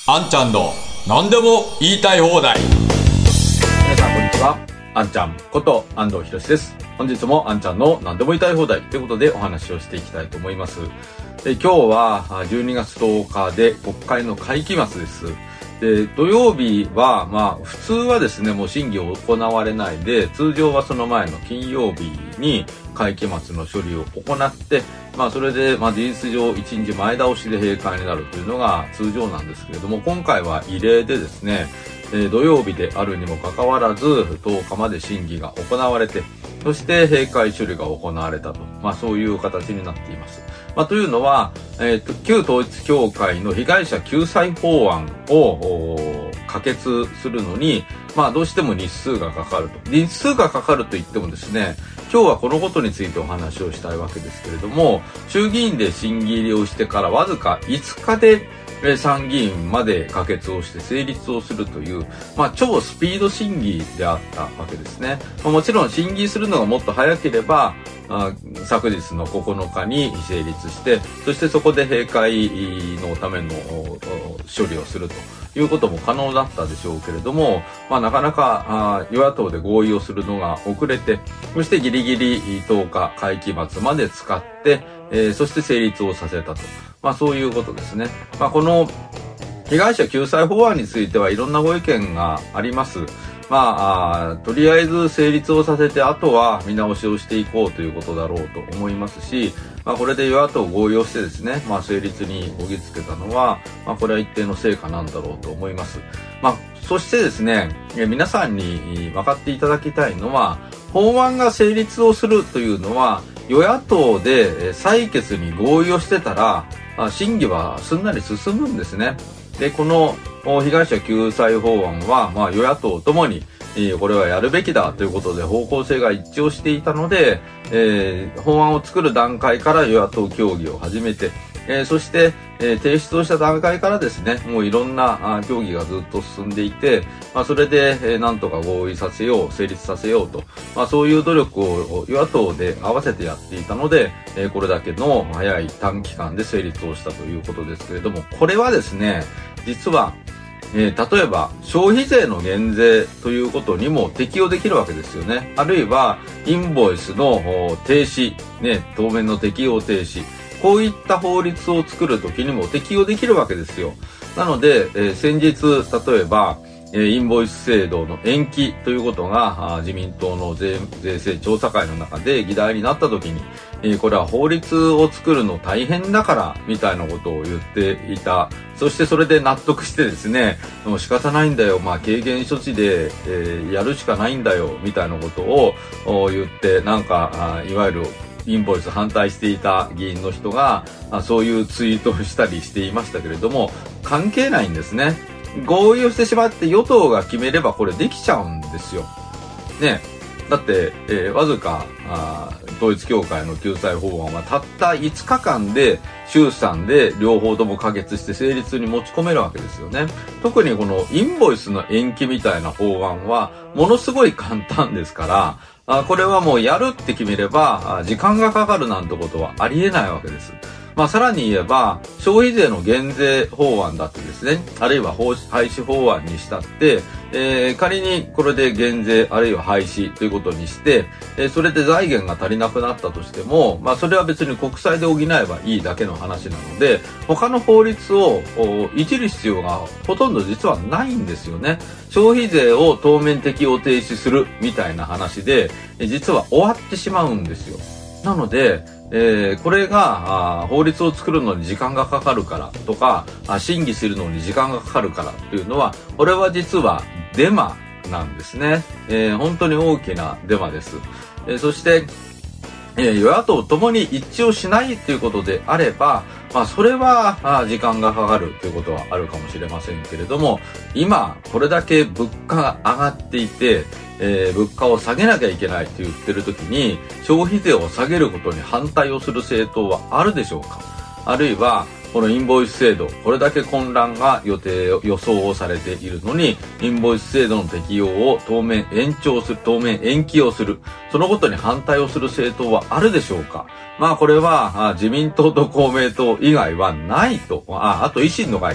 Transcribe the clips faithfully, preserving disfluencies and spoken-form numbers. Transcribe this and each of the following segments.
あんちゃんの何でも言いたい放題。 皆さんこんにちは。あんちゃんこと安藤博です。本日もあんちゃんの何でも言いたい放題ということでお話をしていきたいと思います。で今日はじゅうにがつとおかで国会の会期末です。で土曜日はまあ普通はですねもう審議を行われないで、通常はその前の金曜日に会期末の処理を行って、まあそれでまあ事実上いちにちまえ倒しで閉会になるというのが通常なんですけれども、今回は異例でですね、えー、土曜日であるにもかかわらずとおかまで審議が行われて、そして閉会処理が行われたと、まあそういう形になっています。まあというのは、えーと、旧統一教会の被害者救済法案を可決するのに、まあどうしても日数がかかると。日数がかかると言ってもですね、今日はこのことについてお話をしたいわけですけれども、衆議院で審議入りをしてからわずかいつかで参議院まで可決をして成立をするという、まあ超スピード審議であったわけですね。まあ、もちろん審議するのがもっと早ければ、あ昨日のここのかに成立して、そしてそこで閉会のための処理をするということも可能だったでしょうけれども、まあなかなかあ与野党で合意をするのが遅れて、そしてギリギリとおか会期末まで使って、えー、そして成立をさせたと。まあそういうことですね。まあこの被害者救済法案についてはいろんなご意見があります。まあ、あとりあえず成立をさせて、あとは見直しをしていこうということだろうと思いますし、まあこれで与野党合意をしてですね、まあ成立にこぎつけたのは、まあこれは一定の成果なんだろうと思います。まあそしてですね、皆さんに分かっていただきたいのは、法案が成立をするというのは、与野党で採決に合意をしてたら、審議はすんなり進むんですね。で、この被害者救済法案は、まあ、与野党ともに、えー、これはやるべきだということで方向性が一致をしていたので、えー、法案を作る段階から与野党協議を始めて、えー、そして、えー、提出をした段階からですね、もういろんなあ協議がずっと進んでいて、まあ、それで、えー、なんとか合意させよう、成立させようと、まあ、そういう努力を与野党で合わせてやっていたので、えー、これだけの早い短期間で成立をしたということですけれども、これはですね、実は、えー、例えば消費税の減税ということにも適用できるわけですよね。あるいはインボイスの停止、ね、当面の適用停止、こういった法律を作るときにも適用できるわけですよ。なので、えー、先日例えばインボイス制度の延期ということが自民党の 税, 税制調査会の中で議題になったときに、これは法律を作るの大変だからみたいなことを言っていた。そしてそれで納得してですね、もう仕方ないんだよ、まあ軽減処置で、えー、やるしかないんだよみたいなことを言って、なんかいわゆるインボイス反対していた議員の人がそういうツイートをしたりしていましたけれども、関係ないんですね。合意をしてしまって与党が決めればこれできちゃうんですよ。ね。だって、えー、わずかあ統一教会の救済法案はたったいつかかんで衆参で両方とも可決して成立に持ち込めるわけですよね。特にこのインボイスの延期みたいな法案はものすごい簡単ですから、あこれはもうやるって決めれば時間がかかるなんてことはありえないわけです。まあ、さらに言えば消費税の減税法案だってですね、あるいは廃止法案にしたって、えー、仮にこれで減税あるいは廃止ということにして、えー、それで財源が足りなくなったとしても、まあ、それは別に国債で補えばいいだけの話なので、他の法律をいじる必要がほとんど実はないんですよね。消費税を当面適用停止するみたいな話で、実は終わってしまうんですよ。なので、えー、これが法律を作るのに時間がかかるからとか、審議するのに時間がかかるからというのは、これは実はデマなんですね。えー、本当に大きなデマです。えー、そして、えー、与野党ともに一致をしないということであれば、まあそれはあ時間がかかるということはあるかもしれませんけれども、今これだけ物価が上がっていて、えー、物価を下げなきゃいけないと言ってる時に消費税を下げることに反対をする政党はあるでしょうか。あるいはこのインボイス制度、これだけ混乱が予定予想をされているのに、インボイス制度の適用を当面延長する、当面延期をする、そのことに反対をする政党はあるでしょうか。まあこれは自民党と公明党以外はないと、あ、あと維新の会か。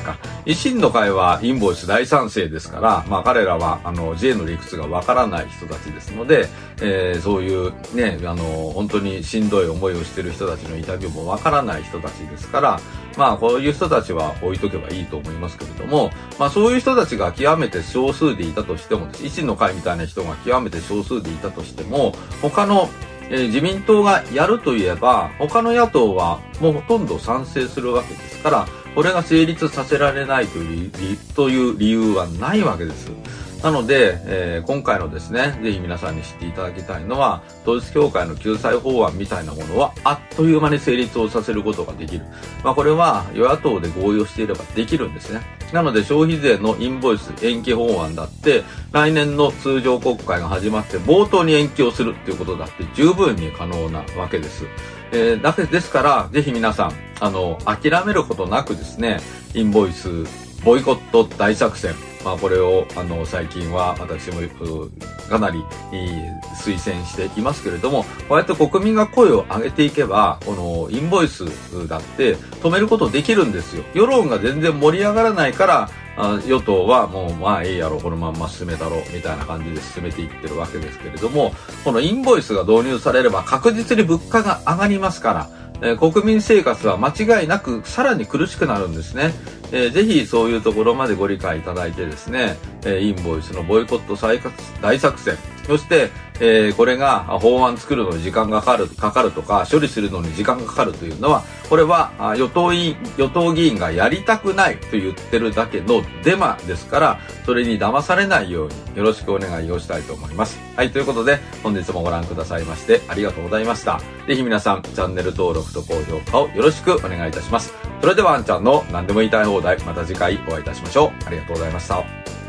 維新の会はインボイス大賛成ですから、まあ彼らはあの ジェイ の理屈がわからない人たちですので、えー、そういうね、あの本当にしんどい思いをしている人たちの痛みもわからない人たちですから、まあこういう人たちは置いとけばいいと思いますけれども、まあそういう人たちが極めて少数でいたとしても、維新の会みたいな人が極めて少数でいたとしても、他のえー、自民党がやるといえば他の野党はもうほとんど賛成するわけですから、これが成立させられないという理、という理由はないわけです。なので、えー、今回のですね、ぜひ皆さんに知っていただきたいのは、統一教会の救済法案みたいなものはあっという間に成立をさせることができる。まあこれは与野党で合意をしていればできるんですね。なので消費税のインボイス延期法案だって来年の通常国会が始まって冒頭に延期をするっていうことだって十分に可能なわけです。えー、だけですからぜひ皆さんあの諦めることなくですね、インボイスボイコット大作戦、まあこれをあの最近は私もかなり推薦していますけれども、こうやって国民が声を上げていけばこのインボイスだって止めることできるんですよ。世論が全然盛り上がらないから与党はもうまあいいやろこのまんま進めたろみたいな感じで進めていってるわけですけれども、このインボイスが導入されれば確実に物価が上がりますから、えー、国民生活は間違いなくさらに苦しくなるんですね。えー、ぜひそういうところまでご理解いただいてですね、えー、インボイスのボイコット大作戦、そして、えー、これが法案作るのに時間がかかる、かかるとか処理するのに時間がかかるというのは、これは与党委員、与党議員がやりたくないと言ってるだけのデマですから、それに騙されないようによろしくお願いをしたいと思います。はい、ということで本日もご覧くださいましてありがとうございました。ぜひ皆さんチャンネル登録と高評価をよろしくお願いいたします。それではあんちゃんの何でも言いたい放題、また次回お会いいたしましょう。ありがとうございました。